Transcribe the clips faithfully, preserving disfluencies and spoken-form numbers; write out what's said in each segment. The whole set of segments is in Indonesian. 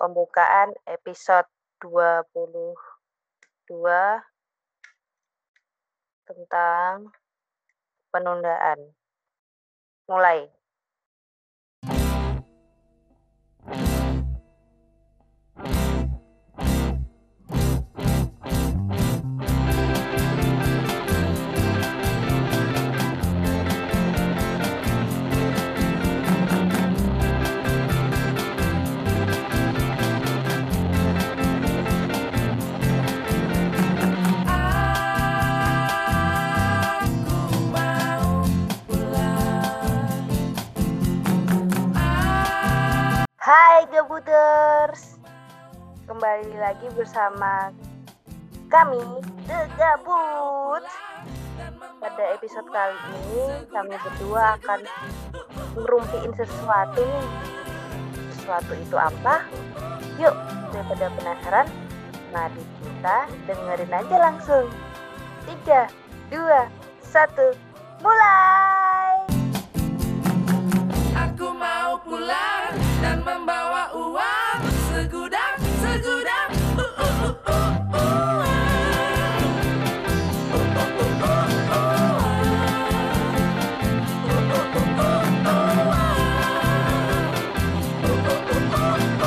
pembukaan episode dua puluh dua tentang penundaan. Mulai. Hai Gabuters, kembali lagi bersama kami The Gabut. Pada episode kali ini kami berdua akan ngerumpiin sesuatu nih. Sesuatu itu apa? Yuk, daripada penasaran, mari kita dengerin aja langsung. Tiga, dua, satu, mulai! Aku mau pulang dan membawa uang segudang, segudang. Uh, uh, uh, uh, uh. Uh, uh, uh, uh, uh. Uh, uh, uh, uh, uh. Uh, uh, uh, uh,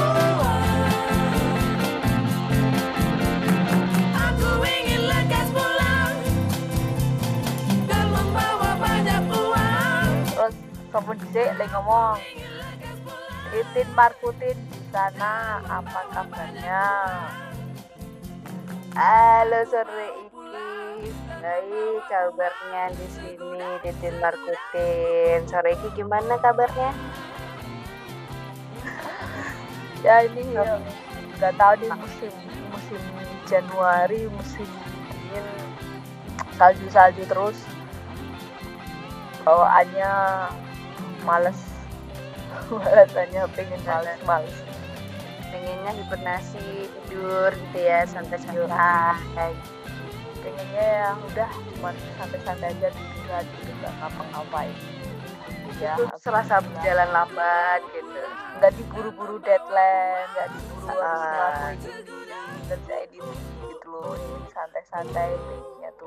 uh. Aku ingin lekas pulang dan membawa banyak uang. Terus kamu dhisik lagi ngomong, Titin Markutin di sana, apa kabarnya? Halo sore iki, baik kabarnya di sini Titin Markutin. Sore iki gimana kabarnya? Ya ini ya, nggak tahu nih musim musim Januari, musim dingin, salju-salju terus. Bawaannya males, malasannya pengen males-males. Pengennya hibernasi, tidur gitu ya, santai-santai. Pengennya yang udah cuma santai-santai aja tidur aja, nggak ngapa-ngapain. Ya, Itu serasa berjalan lambat gitu. nggak diburu-buru deadline, nggak diburu harus Ah. ngelakuin ini, ngerjain ini gitu loh. Ini santai-santai pengennya tuh.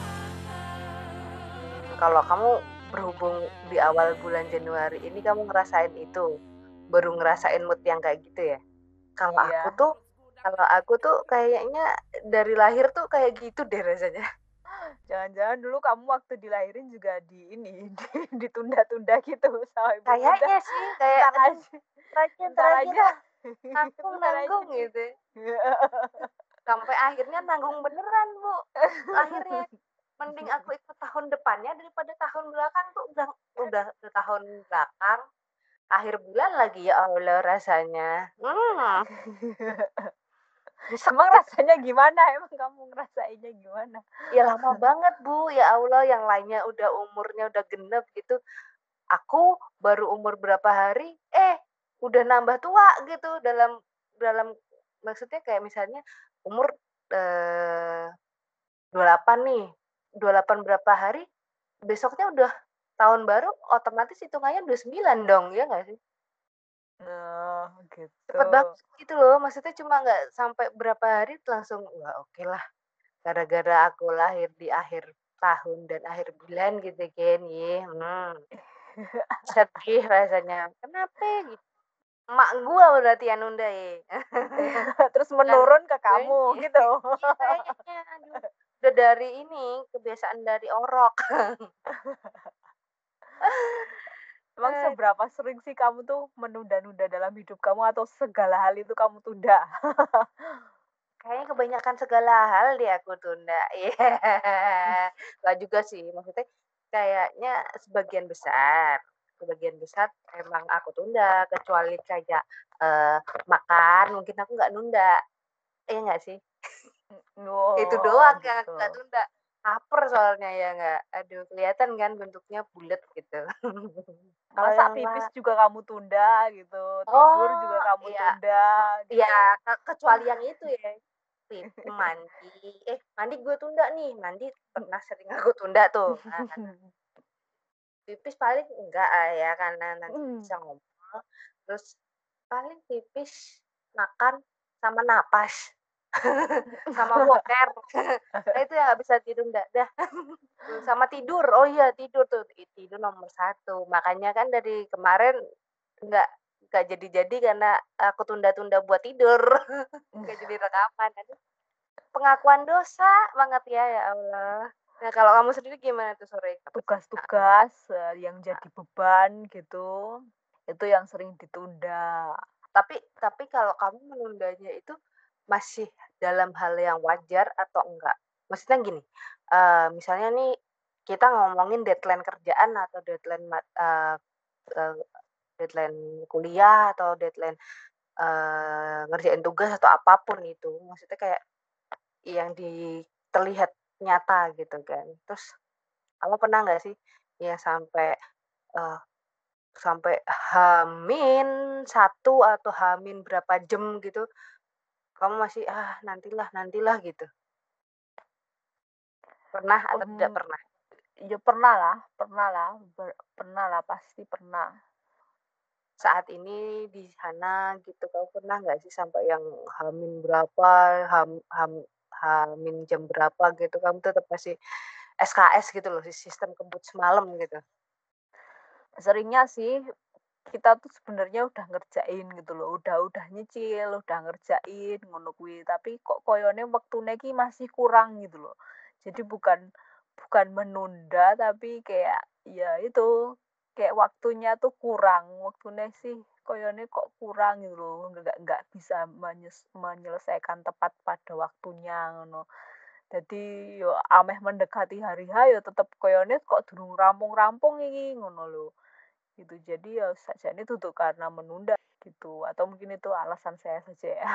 Kalau kamu berhubung di awal bulan Januari ini kamu ngerasain itu, baru ngerasain mood yang kayak gitu ya. Kalau Iya. aku tuh, kalau aku tuh kayaknya dari lahir tuh kayak gitu deh rasanya. Jangan-jangan dulu kamu waktu dilahirin juga di ini di- ditunda-tunda gitu sama ibu bunda. Kayaknya sih kayak Ntar aduh, aja, terakhir ntar terakhir aja. nanggung Ntar aja. nanggung gitu. Sampai akhirnya nanggung beneran bu. Akhirnya mending aku ikut tahun depannya daripada tahun belakang tuh udah udah ke tahun belakang. Akhir bulan lagi ya Allah rasanya. Hmm. Emang rasanya gimana? Emang kamu ngerasainnya gimana? Ya lama banget bu, ya Allah, yang lainnya udah umurnya udah genep gitu, aku baru umur berapa hari eh udah nambah tua gitu, dalam dalam maksudnya kayak misalnya umur eh, dua puluh delapan nih, dua puluh delapan berapa hari besoknya udah tahun baru, otomatis hitungannya dua puluh sembilan dong, ya nggak sih? Oh, gitu. Cepet banget gitu loh, maksudnya cuma nggak sampai berapa hari langsung wah oke lah. Gara-gara aku lahir di akhir tahun dan akhir bulan gitu kan, ya, hmm, sedih rasanya. Kenapa gitu? Emak gua berarti yang nunda ya. Terus Bukan menurun ke gue. kamu gitu. Iya kayaknya, aduh. Udah dari ini, kebiasaan dari orok. Emang Eh, seberapa sering sih kamu tuh menunda-nunda dalam hidup kamu atau segala hal itu kamu tunda? Kayaknya kebanyakan segala hal deh aku tunda. Iya. Nggak juga sih, maksudnya kayaknya sebagian besar. Sebagian besar emang aku tunda, kecuali kayak eh, makan, mungkin aku nggak nunda. Iya nggak sih? Oh, Itu doang yang aku gitu. nggak tunda. Laper soalnya ya nggak. Aduh, kelihatan kan bentuknya bulat gitu. Kalau Masa yang pipis la- juga kamu tunda gitu, tidur juga oh kamu iya, tunda gitu. iya ke- kecuali yang itu ya. Pip- mandi, eh mandi gue tunda nih, mandi pernah sering aku tunda tuh. Nah, pipis paling enggak ah ya karena nanti Hmm. bisa ngomong. Terus paling pipis makan, sama napas. Sama boker. Nah itu yang nggak bisa ditunda dah. Sama tidur, oh iya tidur tuh, tidur nomor satu. Makanya kan dari kemarin nggak nggak jadi-jadi karena aku tunda-tunda buat tidur. Nggak jadi rekaman. Aduh, pengakuan dosa banget ya, ya Allah. Nah kalau kamu sendiri gimana tuh sore? Tugas-tugas uh, yang jadi beban gitu, itu yang sering ditunda. Tapi tapi kalau kamu menundanya itu masih dalam hal yang wajar atau enggak? Maksudnya gini, uh, misalnya nih kita ngomongin deadline kerjaan atau deadline uh, uh, deadline kuliah atau deadline uh, ngerjain tugas atau apapun itu, maksudnya kayak yang di terlihat nyata gitu kan. Terus kamu pernah nggak sih ya sampai uh, sampai hamin satu atau hamin berapa jam gitu, kamu masih, "Ah, nantilah nantilah," gitu? Pernah atau tidak Um, pernah? ya pernah lah, pernah lah, ber- pernah lah, pasti pernah. Saat ini di sana gitu, kamu pernah nggak sih sampai yang hamin berapa, ham ham hamin jam berapa gitu, kamu tetap masih S K S gitu loh, sistem kebut semalam gitu? Seringnya sih kita tuh sebenarnya udah ngerjain gitu loh, udah udah nyicil, udah ngerjain ngono kuwi, tapi kok koyone wektune iki masih kurang gitu loh. Jadi bukan bukan menunda tapi kayak ya itu, kayak waktunya tuh kurang, waktune sih koyone kok kurang gitu loh, nggak nggak bisa menyes menyelesaikan tepat pada waktunya ngono. Jadi yo ameh mendekati hari H yo tetep koyone kok durung rampung-rampung iki ngono lho. Gitu. Jadi ya sakjane dudu karena menunda gitu, atau mungkin itu alasan saya saja ya.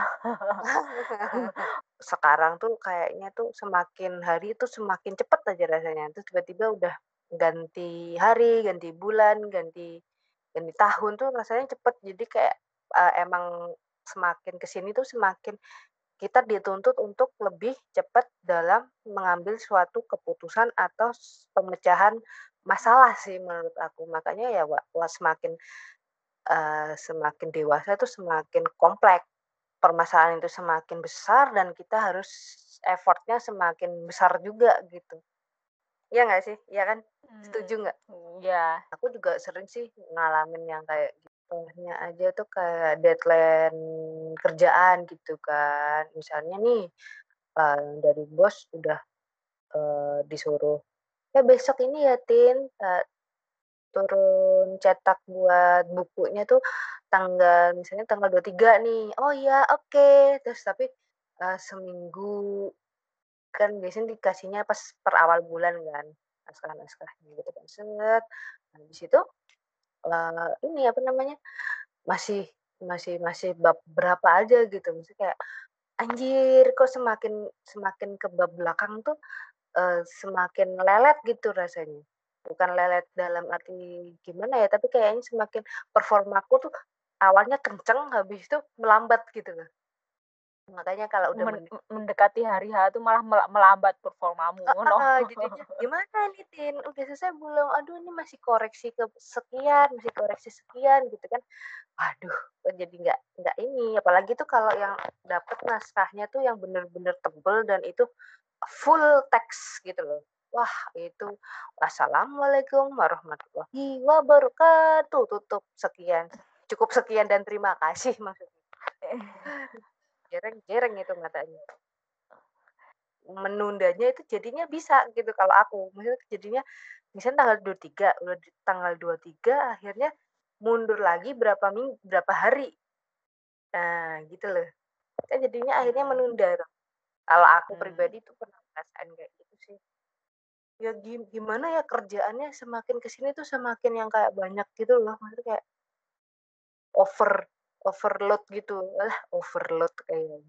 Sekarang tuh kayaknya tuh semakin hari itu semakin cepet aja rasanya, terus tiba-tiba udah ganti hari, ganti bulan, ganti ganti tahun tuh rasanya cepet. Jadi kayak, eee, emang semakin ke sini tuh semakin kita dituntut untuk lebih cepat dalam mengambil suatu keputusan atau s pemecahan masalah sih menurut aku. Makanya ya wa wa semakin, eee, semakin dewasa tuh semakin kompleks. Permasalahan itu semakin besar dan kita harus effort-nya semakin besar juga gitu. Iya nggak sih? Iya kan? Setuju nggak? Mmm, iya. Aku juga sering sih ngalamin yang kayak gitu. Contohnya aja tuh kayak deadline kerjaan gitu kan. Misalnya nih, eee, dari bos udah, eee, disuruh, "Eh, besok ini ya Tin, eee, turun cetak buat bukunya tuh tanggal misalnya tanggal dua puluh tiga nih." "Oh iya, oke." Terus tapi, eee, seminggu kan biasanya dikasihnya pas per awal bulan kan, naskah-naskahnya gitu kan, set, habis itu, eee, ini apa namanya, masih masih masih bab berapa aja gitu, maksudnya kayak, anjir kok semakin semakin ke bab belakang tuh, eee, semakin lelet gitu rasanya. Bukan lelet dalam arti gimana ya, tapi kayaknya semakin performaku tuh awalnya kenceng, habis itu melambat gitu loh. Makanya kalau udah Men men mendekati hari H itu malah mela melambat performamu ngono. heeh, jadinya, "Gimana nih, Tin? Udah selesai belum? Aduh ini masih koreksi ke sekian, masih koreksi sekian," gitu kan. Waduh, kok jadi nggak nggak ini, apalagi tuh kalau yang dapet naskahnya tuh yang bener-bener tebel dan itu full teks gitu loh. Wah, itu "Wassalamualaikum warahmatullahi wabarakatuh," tutup, sekian. Cukup sekian dan terima kasih maksudnya. Jereng-jereng itu matanya. Menundanya itu jadinya bisa gitu kalau aku, maksudnya jadinya misalnya tanggal dua puluh tiga, udah di tanggal dua puluh tiga akhirnya mundur lagi berapa ming berapa hari. Nah, gitu loh. Kan jadinya akhirnya Mhm. menunda tuh. Kalau aku Mmm. pribadi tuh pernah ngerasain kayak gitu sih. Ya gi gimana ya kerjaannya semakin ke sini tuh semakin yang kayak banyak gitu loh, maksudnya kayak over overload gitu, alah overload kayaknya.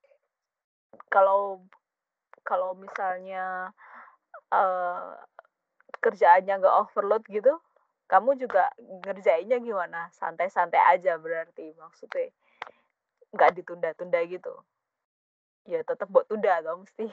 Kalau kalau misalnya, eee, kerjaannya nggak overload gitu, kamu juga ngerjainnya gimana? Santai-santai aja berarti maksudnya? Nggak ditunda-tunda gitu? Ya tetep mbok tunda toh mesti.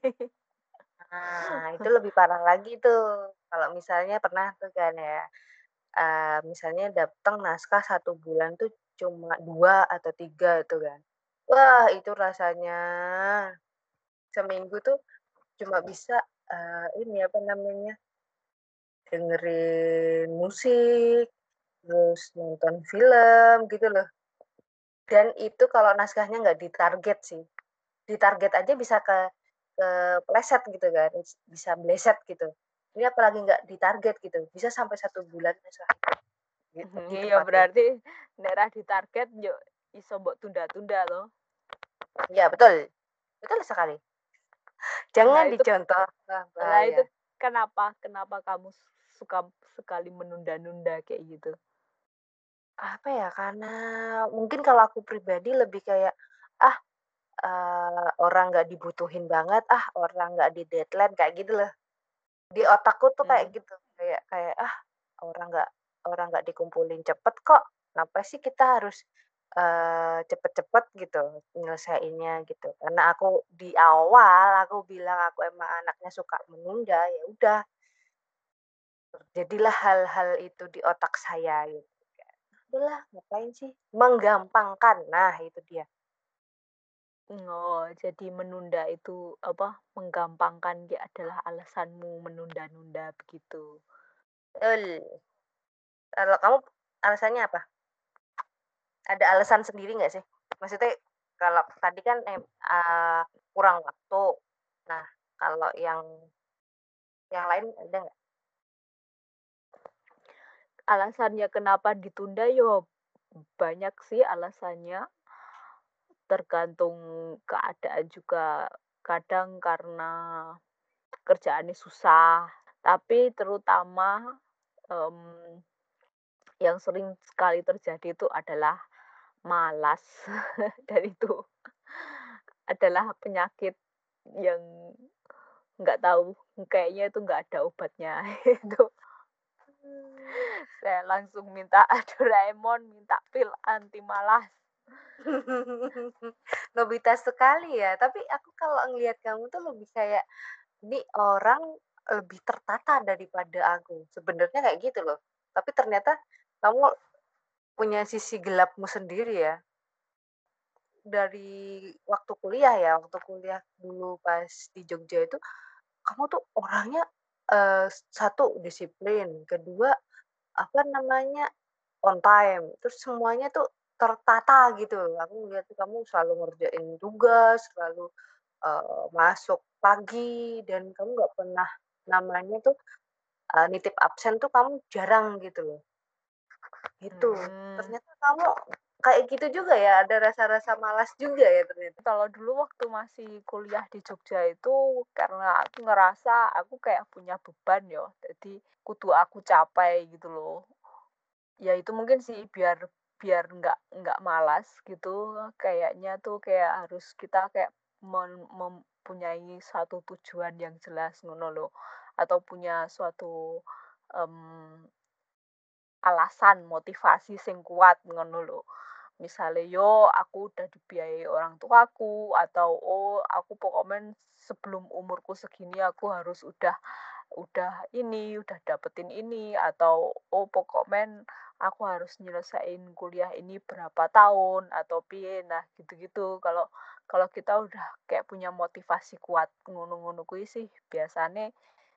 Nah, itu lebih parah lagi tuh, kalau misalnya pernah tuh kan ya, eee, misalnya datang naskah satu bulan tuh cuma dua atau tiga itu kan. Wah, itu rasanya seminggu tuh cuma bisa, eee, ini apa namanya, dengerin musik, terus nonton film gitu loh. Dan itu kalau naskahnya nggak ditarget sih. Ditarget aja bisa ke kepleset gitu kan, bisa meleset gitu. Ini apalagi nggak ditarget gitu, bisa sampai satu bulan naskah itu, gitu Mhm, gitu iya pakai. berarti nek ra ditarget yo iso mbok tunda-tunda toh. Iya betul, betul sekali. Lah Jangan itu dicontoh, wah lah itu bahaya. kenapa kenapa kamu suka sekali menunda-nunda kayak gitu? Apa ya, karena mungkin kalau aku pribadi lebih kayak, ah, eee, orang nggak dibutuhin banget, ah, orang nggak di-deadline, kayak gitu loh. Di otakku tuh kayak Mmm. gitu, kayak kayak, ah, orang nggak orang nggak dikumpulin cepet kok, kenapa sih kita harus, eee, cepet-cepet gitu nyelesainnya gitu. Karena aku di awal aku bilang aku emang anaknya suka menunda, ya udah terjadilah hal-hal itu di otak saya gitu kan. Udahlah ngapain sih, menggampangkan, nah itu dia. Oh, jadi menunda itu apa, menggampangkan dia adalah alasanmu menunda-nunda begitu. Betul. Kalau kamu alasannya apa? Ada alasan sendiri nggak sih? Maksudnya kalau tadi kan, em eee, kurang waktu. Nah, kalau yang yang lain ada nggak? Alasannya kenapa ditunda yo banyak sih alasannya, tergantung keadaan juga. Kadang karena kerjaannya susah, tapi terutama, mmm, yang sering sekali terjadi itu adalah malas dan itu adalah penyakit yang nggak tahu, kayaknya itu nggak ada obatnya itu. Mmm. Saya langsung minta Doraemon, minta pil anti malas. Nobita sekali ya, tapi aku kalau ngelihat kamu tuh lebih kayak, ini orang lebih tertata daripada aku, sebenarnya kayak gitu loh. Tapi ternyata kamu punya sisi gelapmu sendiri ya. Dari waktu kuliah ya, waktu kuliah dulu pas di Jogja itu, kamu tuh orangnya, eee, satu disiplin, kedua apa namanya, on time, terus semuanya tuh tertata gitu. Aku ngeliat tuh kamu selalu ngerjain tugas, selalu, eee, masuk pagi, dan kamu nggak pernah namanya tuh, eee, nitip absen tuh kamu jarang gitu loh. Gitu. Mhm. Ternyata kamu kayak gitu juga ya, ada rasa-rasa malas juga ya ternyata? Kalau dulu waktu masih kuliah di Jogja itu karena aku ngerasa aku kayak punya beban ya, jadi kudu aku capai gitu loh. Ya itu mungkin sih biar biar nggak nggak malas gitu, kayaknya tuh kayak harus kita kayak men mempunyai satu tujuan yang jelas ngono loh, atau punya suatu, mmm, alasan, motivasi sing kuat ngono lho. Misale yo aku udah dibiayai orang tuaku atau, oh aku pokoknya sebelum umurku segini aku harus udah udah ini, udah dapetin ini, atau oh pokoknya aku harus nyelesain kuliah ini berapa tahun atau piye. Nah, gitu-gitu. Kalau kalau kita udah kayak punya motivasi kuat ngono-ngono kuwi sih biasane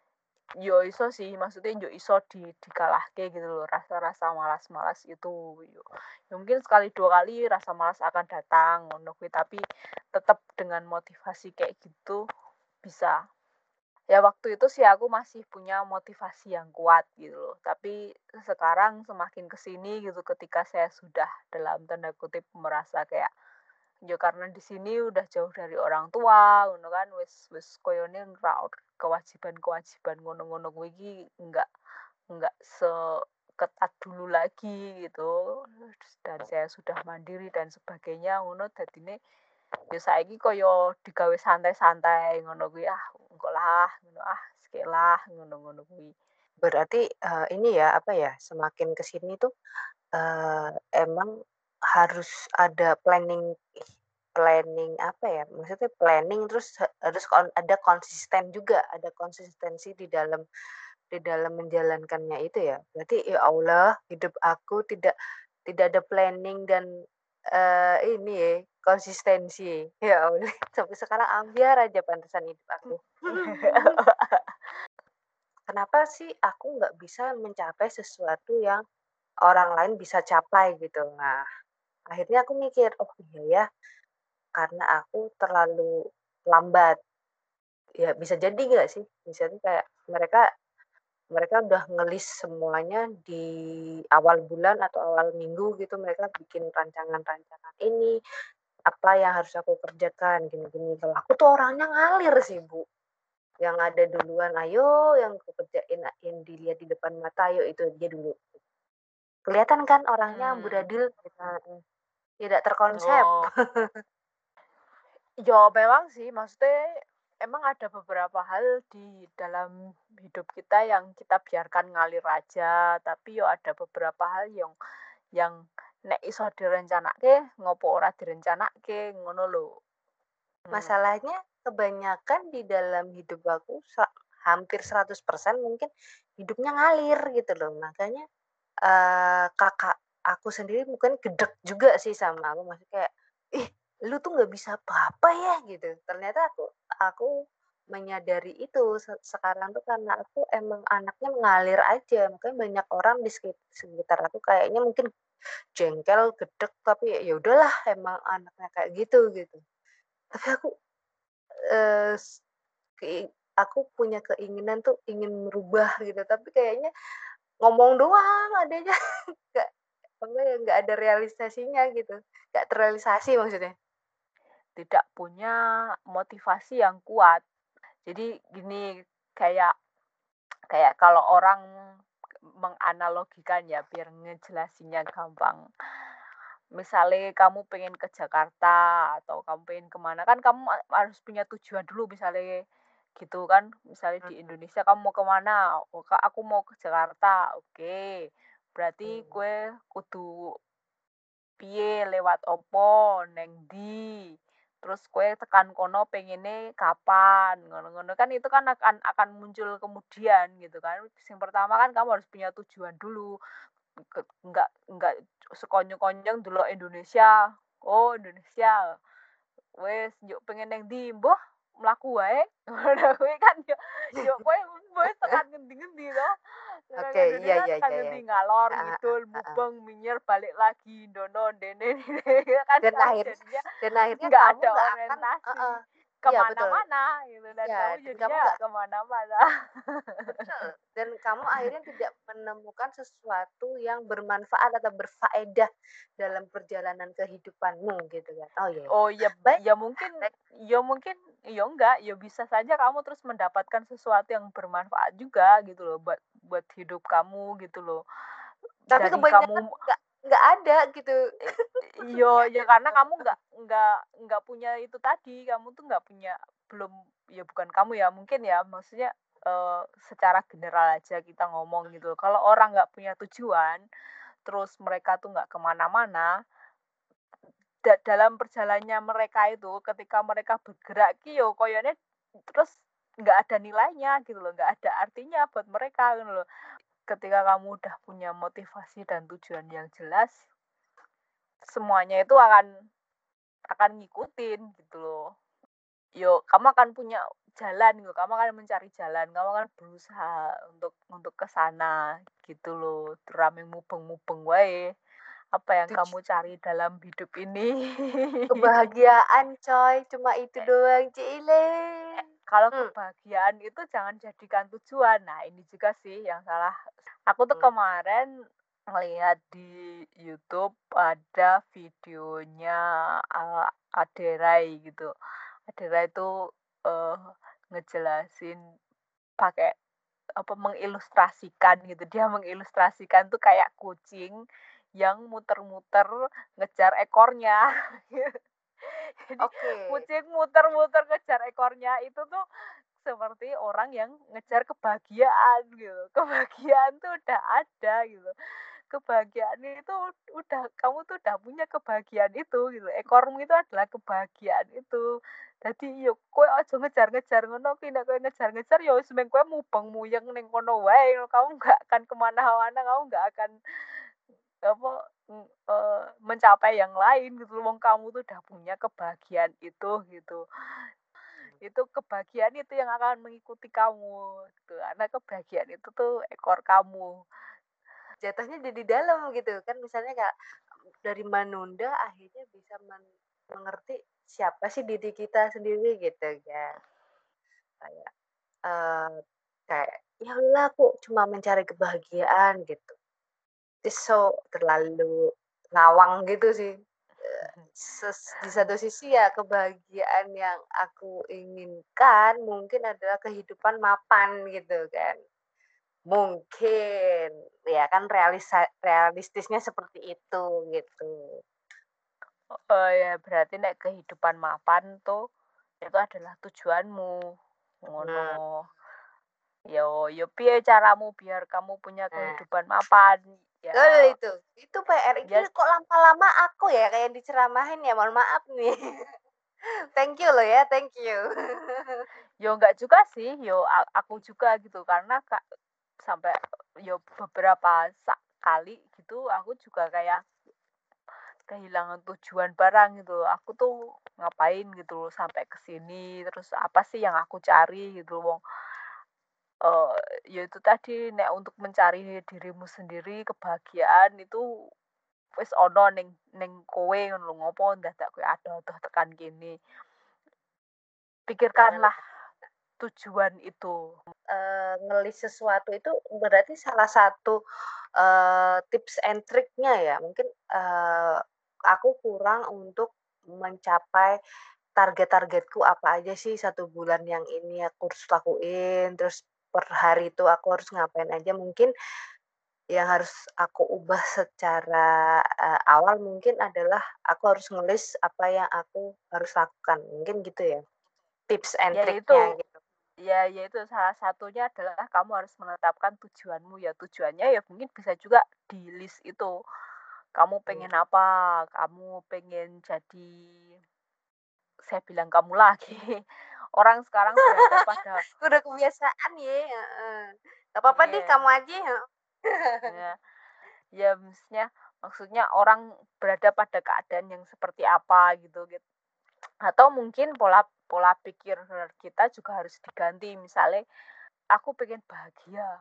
yo iso sih, maksudnya yo iso di dikalahke gitu loh, rasa-rasa malas-malas itu yo. Ya mungkin sekali dua kali rasa malas akan datang ngono kuwi, tapi tetap dengan motivasi kayak gitu bisa. Ya waktu itu sih aku masih punya motivasi yang kuat gitu loh, tapi sekarang semakin ke sini gitu ketika saya sudah dalam tanda kutip merasa kayak, ya karena di sini udah jauh dari orang tua ngono kan, wis wis koyone ra kewajiban-kewajiban ngono-ngono kuwi iki enggak enggak seketat dulu lagi gitu, dan saya sudah mandiri dan sebagainya ngono dadine ya saiki kaya digawe santai-santai ngono kuwi, "Ah, engko lah," ngono, "ah, sik lah," ngono-ngono kuwi. Berarti, eee, ini ya, apa ya, semakin ke sini tuh, eee, emang harus ada planning planning apa ya, maksudnya planning terus ha harus kon ada konsisten juga, ada konsistensi di dalam di dalam menjalankannya itu ya. Berarti ya Allah, hidup aku tidak tidak ada planning dan, eee, ini ya konsistensi. Ya Allah, sampai sekarang ambiar aja pantesan hidup aku. Kenapa sih aku nggak bisa mencapai sesuatu yang orang lain bisa capai gitu. Nah, akhirnya aku mikir, "Oh iya ya, karena aku terlalu lambat." Ya bisa jadi nggak sih? Misalnya kayak mereka mereka udah ngelis semuanya di awal bulan atau awal minggu gitu, mereka bikin rancangan-rancangan ini, apa yang harus aku kerjakan, gini-gini. Kalau aku tuh orangnya ngalir sih, Bu. Yang ada duluan, ayo yang aku kerjain, yang dilihat di depan mata, ayo itu dia dulu. Kelihatan kan orangnya Hmm. amburadul, gitu. Tidak terkonsep. Oh. Ya memang sih, maksudnya emang ada beberapa hal di dalam hidup kita yang kita biarkan ngalir aja, tapi yo ada beberapa hal yang yang nek iso direncanake, ngopo ora direncanake, ngono lho. Hmm. Masalahnya kebanyakan di dalam hidup aku sa hampir seratus persen mungkin hidupnya ngalir gitu loh. Makanya eee, kakak aku sendiri mungkin gedek juga sih sama aku, maksudnya kayak, "Ih, lu tuh nggak bisa apa-apa ya?" Gitu. Ternyata aku aku menyadari itu se sekarang tuh karena aku emang anaknya mengalir aja, makanya banyak orang di sekit sekitar aku kayaknya mungkin jengkel, gedek, tapi ya udahlah emang anaknya kayak gitu, gitu. Tapi aku, eee, s kei aku punya keinginan tuh ingin merubah gitu, tapi kayaknya ngomong doang adanya, nggak apa ya, nggak ada realisasinya gitu, nggak terrealisasi maksudnya. Tidak punya motivasi yang kuat. Jadi gini, kayak kayak kalau orang menganalogikan ya, biar ngejelasinnya gampang. Misalnya kamu pengen ke Jakarta atau kamu pengen kemana kan kamu harus punya tujuan dulu misalnya gitu kan. Misalnya di Mhm. Indonesia kamu mau kemana? Oh, Kak, aku mau ke Jakarta. Oke. Berarti Mmm. kue kudu piye lewat opo neng di terus kue tekan kono pengennya kapan ngono-ngono kan itu kan akan akan muncul kemudian gitu kan. Yang pertama kan kamu harus punya tujuan dulu. Ke nggak nggak sekonyong-konyong delok Indonesia, "Oh Indonesia, wes njuk pengen nang ndi? Mbah mlaku wae." Ngono kuwi kan yo yo kowe wis tekan ngendi-ngendi to. Tekan Oke, iya Indonesia iya tekan iya iya ngendi? iya. Ngalor, Heeh heeh ngidul, heeh. mubeng, minyer, balik lagi, ndono, ndene, kan Dan kamu akhirnya jadinya dan akhirnya nggak kamu ada nggak akan orientasi heeh, ke iya betul. mana-mana gitu dan kamu Iya, dan kamu jadinya nggak nggak ke mana-mana. betul, dan kamu akhirnya tidak menemukan sesuatu yang bermanfaat atau berfaedah dalam perjalanan kehidupanmu gitu kan. Oh iya, Oh ya baik ya mungkin baik, ya mungkin ya enggak, ya bisa saja kamu terus mendapatkan sesuatu yang bermanfaat juga gitu loh buat buat hidup kamu gitu loh. tapi Dari kebanyakan kamu nggak nggak ada gitu. eh, iya ya karena kamu nggak nggak nggak punya itu tadi, kamu tuh nggak punya belum ya bukan kamu ya mungkin ya maksudnya eh, secara general aja kita ngomong gitu. Kalau orang nggak punya tujuan, terus mereka tuh nggak kemana-mana, da dalam perjalanannya mereka itu, ketika mereka bergerak ki yo koyone terus nggak ada nilainya gitu loh, nggak ada artinya buat mereka gitu loh. Ketika kamu udah punya motivasi dan tujuan yang jelas, semuanya itu akan akan ngikutin gitu loh. Yo, kamu akan punya jalan gitu, kamu akan mencari jalan, kamu akan berusaha untuk untuk ke sana gitu loh. Rame mubeng-mubeng wae. Apa yang Tuj kamu cari dalam hidup ini? kebahagiaan coy, cuma itu doang, Cile. Eh, kalau Hmm. kebahagiaan itu jangan jadikan tujuan. Nah, ini juga sih yang salah. Aku tuh Hmm. kemarin ngelihat di YouTube ada videonya uh, Aderai gitu. Aderai itu uh, ngejelasin pakai apa mengilustrasikan gitu. Dia mengilustrasikan tuh kayak kucing yang muter-muter ngejar ekornya. Jadi Oke. kucing muter-muter ngejar ekornya itu tuh seperti orang yang ngejar kebahagiaan gitu. Kebahagiaan tuh udah ada gitu. Kebahagiaan itu udah kamu tuh udah punya kebahagiaan itu gitu. Ekormu itu adalah kebahagiaan itu. Jadi yo kowe aja ngejar-ngejar ngono ki nek kowe ngejar-ngejar ya wis meng kowe mubeng muyeng ning kono wae. Kamu nggak akan kemana mana kamu nggak akan apa, mmm, eee, mencapai yang lain gitu loh, wong kamu tuh udah punya kebahagiaan itu gitu. Itu kebahagiaan itu yang akan mengikuti kamu gitu, karena kebahagiaan itu tuh ekor kamu. Jatuhnya jadi dalam gitu kan, misalnya kayak dari menunda akhirnya bisa men mengerti siapa sih diri kita sendiri gitu kan. Kayak, eee, kayak, "Ya udahlah aku cuma mencari kebahagiaan," gitu. It's so terlalu ngawang gitu sih. Eee, ses di satu sisi ya kebahagiaan yang aku inginkan mungkin adalah kehidupan mapan gitu kan. Mungkin, ya kan realisa realistisnya seperti itu gitu. Oh ya, berarti nek kehidupan mapan tuh, itu adalah tujuanmu, ngono. Nah Yo yo piye caramu biar kamu punya nah, kehidupan mapan? Ya, betul itu. Itu P R ini ya kok lama-lama aku ya kayak diceramahin ya, mohon maaf nih. Thank you loh ya, thank you. yo enggak juga sih, yo a aku juga gitu, karena Kak, sampai yo beberapa sa kali gitu, aku juga kayak kehilangan tujuan barang gitu. Aku tuh ngapain gitu loh sampai ke sini, terus apa sih yang aku cari gitu wong, eee, ya itu tadi nek untuk mencari dirimu sendiri, kebahagiaan itu wis ana ning ning kowe ngono lho, ngopo ndadak kowe adoh-adoh tekan kene. Jangan Pikirkanlah tujuan itu. eee, ngelis sesuatu itu berarti salah satu, eee, tips and triknya ya mungkin, eee, aku kurang untuk mencapai target-targetku apa aja sih satu bulan yang ini aku harus lakuin, terus per hari itu aku harus ngapain aja, mungkin yang harus aku ubah secara, eee, awal mungkin adalah aku harus ngelis apa yang aku harus lakukan, mungkin gitu ya, tips and Ya itu, triknya gitu. ya ya itu salah satunya adalah kamu harus menetapkan tujuanmu ya. Tujuannya ya mungkin bisa juga di list itu. Kamu Iya. pengen apa? Kamu pengen jadi saya bilang kamu lagi. Orang sekarang berada pada Udah kebiasaan ya, heeh. Nggak apa-apa deh iya, kamu aja, heeh. ya, ya maksudnya maksudnya orang berada pada keadaan yang seperti apa gitu gitu. Atau mungkin pola pola pikir kita juga harus diganti. Misalnya, aku pengen bahagia.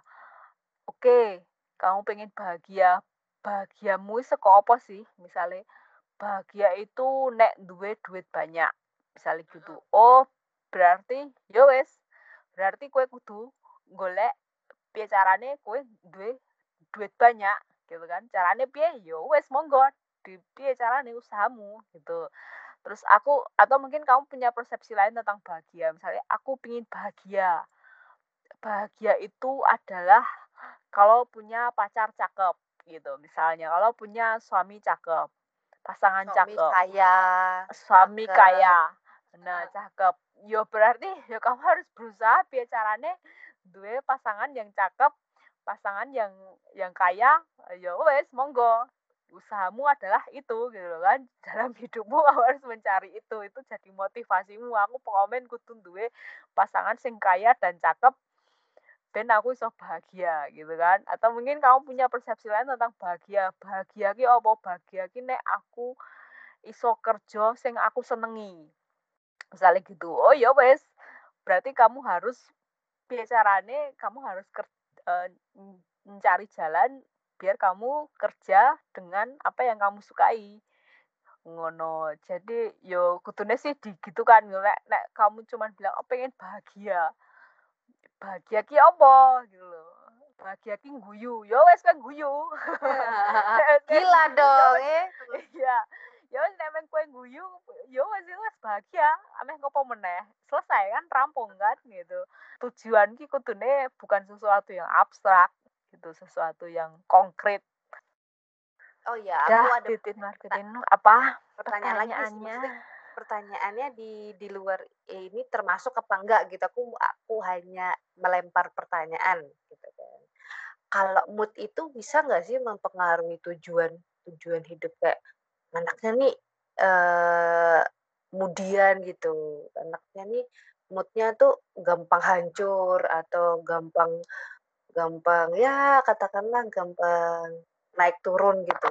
Oke, kamu pengen bahagia. Bahagiamu saka apa sih? Misalnya, bahagia itu nek duwe duit banyak. Misalnya gitu. Oh, berarti ya wes, berarti kue kudu golek piye carane kowe duwe duit banyak gitu kan. Carane piye? Ya wes monggo di piye carane usahamu gitu. Terus aku atau mungkin kamu punya persepsi lain tentang bahagia. Misalnya aku pingin bahagia. Bahagia itu adalah kalau punya pacar cakep gitu. Misalnya kalau punya suami cakep, pasangan Suami cakep, kaya, suami cakep, kaya. Nah, cakep. Yo berarti ya kamu harus berusaha biar carane duwe pasangan yang cakep, pasangan yang yang kaya, ya wes monggo. Usahamu adalah itu gitu loh kan. Dalam hidupmu kamu harus mencari itu. Itu jadi motivasimu. Aku pokoknya kudu duwe pasangan sing kaya dan cakep ben aku iso bahagia gitu kan. Atau mungkin kamu punya persepsi lain tentang bahagia. Bahagia ki apa? Bahagia ki nek aku iso kerja sing aku senengi. Misalnya gitu. Oh ya wes, berarti kamu harus piye carane kamu harus ker eee, mencari jalan biar kamu kerja dengan apa yang kamu sukai, ngono. Jadi yo kudune sih digitukan nek nek kamu cuman bilang, "Oh pengen bahagia." Bahagia ki apa gitu loh. Bahagia ki guyu, ya wes kowe guyu. Nek wis kowe gila guyu ya dong, wes eh. iya. Ya wes nek men kowe guyu, ya wes ya wes bahagia, ameh ngopo meneh. Selesai kan, rampung kan gitu. Tujuan ki kudune bukan sesuatu yang abstrak gitu, sesuatu yang konkret. Oh ya, aku Dah, ada titik perta marketing apa pertanyaan lagi sih, pertanyaannya? maksudnya pertanyaannya di di luar ini termasuk apa enggak gitu, aku aku hanya melempar pertanyaan gitu kan. Kalau mood itu bisa nggak sih mempengaruhi tujuan tujuan hidup kayak anaknya nih, eee, mood-an gitu, anaknya nih mood-nya tuh gampang hancur atau gampang gampang ya katakanlah gampang naik turun gitu.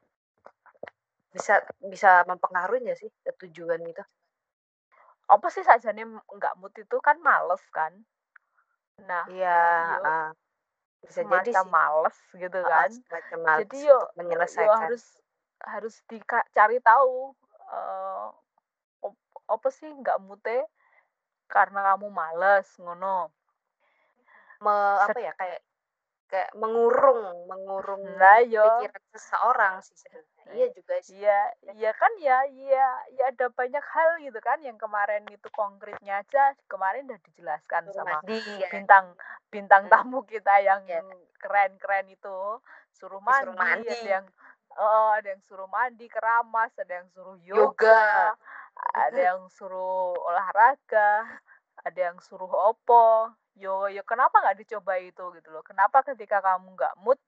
Bisa bisa mempengaruhi nggak sih ke tujuan itu? Apa sih sajane nggak mood itu kan males kan. Nah, Iya, yo heeh. Bisa jadi semacam sih. males gitu Heeh, kan. semacam Jadi males yo untuk yo menyelesaikan. harus harus dicari tahu eh op, apa sih nggak mood-e karena kamu males ngono. Me, apa Set, ya kayak kayak mengurung mengurung nah yo pikiran seseorang sih sebenarnya. Iya juga sih. Iya, iya kan ya, iya, ya ada banyak hal gitu kan yang kemarin itu konkretnya aja kemarin udah dijelaskan Suruh sama mandi ya. bintang bintang Hmm, tamu kita yang ya. keren-keren itu suruh Disuruh mandi, mandi, ada yang oh, ada yang suruh mandi keramas, ada yang suruh yoga. yoga, ada yang suruh olahraga, ada yang suruh opo. Yo, yo kenapa nggak dicoba itu gitu loh? Kenapa ketika kamu nggak mood,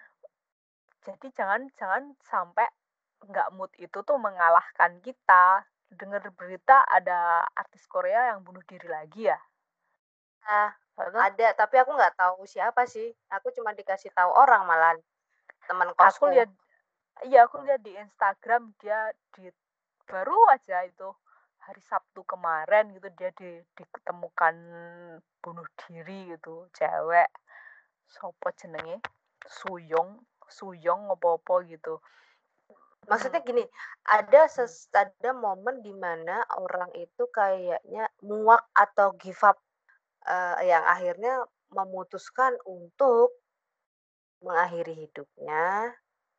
jadi jangan jangan sampai nggak mood itu tuh mengalahkan kita. Dengar berita ada artis Korea yang bunuh diri lagi ya? Nah, Atau ada, tapi aku nggak tahu siapa sih. Aku cuma dikasih tahu orang malah teman aku kosku. lihat, iya aku lihat di Instagram dia di baru aja itu hari Sabtu kemarin gitu dia di, diketemukan bunuh diri gitu cewek sopo jenenge Suyong Suyong apa-apa gitu. Maksudnya Hmm. gini, ada ses, ada momen di mana orang itu kayaknya muak atau give up, uh, yang akhirnya memutuskan untuk mengakhiri hidupnya.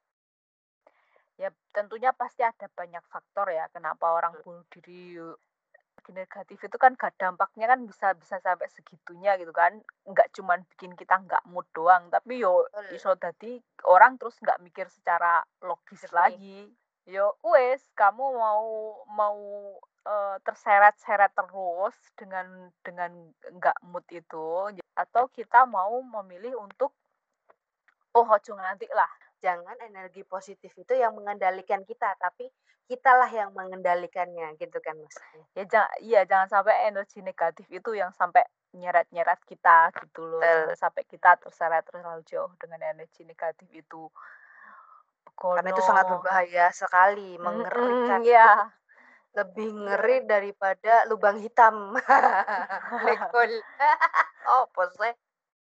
Ya tentunya pasti ada banyak faktor ya kenapa orang bunuh diri. Negatif itu kan gak dampaknya kan bisa bisa sampai segitunya gitu kan, nggak cuman bikin kita nggak mood doang tapi yo Betul. iso dadi orang terus nggak mikir secara logis Jernih. lagi. Yo wes kamu mau mau uh, terseret-seret terus dengan dengan nggak mood itu, atau kita mau memilih untuk oh ojo nganti lah. Jangan energi positif itu yang mengendalikan kita, tapi kitalah yang mengendalikannya gitu kan maksudnya. Ya jangan, iya jangan sampai energi negatif itu yang sampai nyeret-nyeret kita gitu loh. Betul. Jangan sampai kita terseret terlalu jauh dengan energi negatif itu. Karena itu Kono. sangat berbahaya sekali, mengerikan. Mm, ya. Lebih ngeri daripada lubang hitam. Black hole. Oh, pose.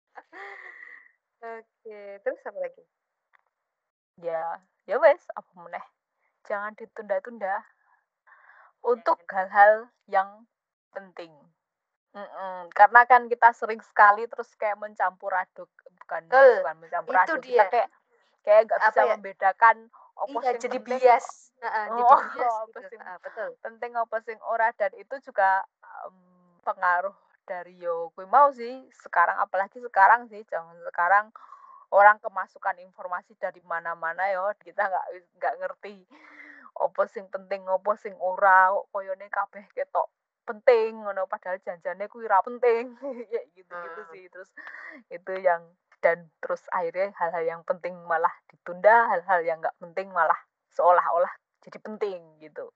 Oke, terus apa lagi? Ya, ya wes, apa meneh. Jangan ditunda-tunda untuk hal-hal yang penting. Mm-mm. Karena kan kita sering sekali terus kayak mencampur aduk, bukan Betul. bukan mencampur Itu aduk, dia. kita kayak kayak nggak bisa ya? membedakan apa iya, sing jadi penting, bias. Uh, oh, jadi bias apa gitu. sing Uh, betul. penting apa sing ora, dan itu juga um, pengaruh dari yo kuwi mau sih sekarang, apalagi sekarang sih zaman sekarang orang kemasukan informasi dari mana-mana yo, kita nggak nggak ngerti apa sing penting apa sing ora, koyone kabeh ketok penting ngono padahal janjane kuwi ora penting. Ya gitu-gitu Hmm. sih. Terus itu yang dan terus akhirnya hal-hal yang penting malah ditunda, hal-hal yang nggak penting malah seolah-olah jadi penting gitu.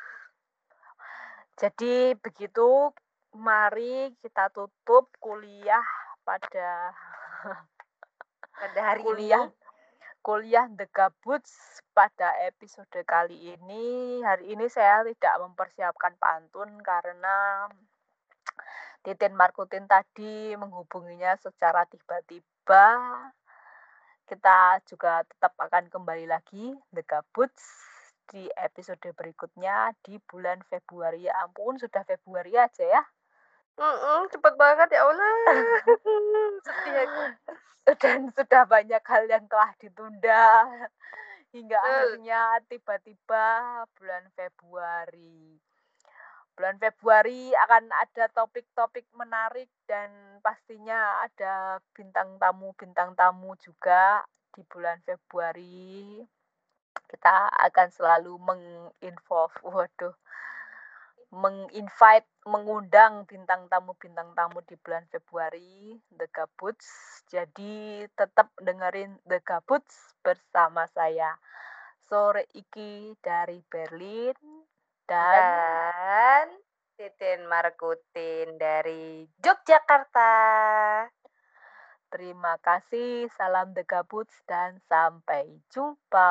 Jadi begitu, mari kita tutup kuliah pada Pada hari kuliah ini. kuliah The Gabuts pada episode kali ini. Hari ini saya tidak mempersiapkan pantun karena Titin Markutin tadi menghubunginya secara tiba-tiba. Kita juga tetap akan kembali lagi The Gabuts di episode berikutnya di bulan Februari. Ya ampun, sudah Februari aja ya. Mm-mm, cepet banget ya Allah. Sedih aku. Dan sudah banyak hal yang telah ditunda hingga Betul. akhirnya tiba-tiba bulan Februari. Bulan Februari akan ada topik-topik menarik dan pastinya ada bintang tamu-bintang tamu juga di bulan Februari. Kita akan selalu menginvolve, waduh, menginvite, mengundang bintang tamu-bintang tamu di bulan Februari, The Gabuts. Jadi tetap dengerin The Gabuts bersama saya. Sore iki dari Berlin dan, dan Titin Markutin dari Yogyakarta. Terima kasih, salam The Gabuts, dan sampai jumpa.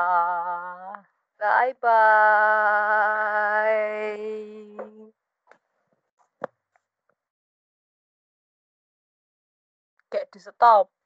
Bye-bye. Kayak di stop.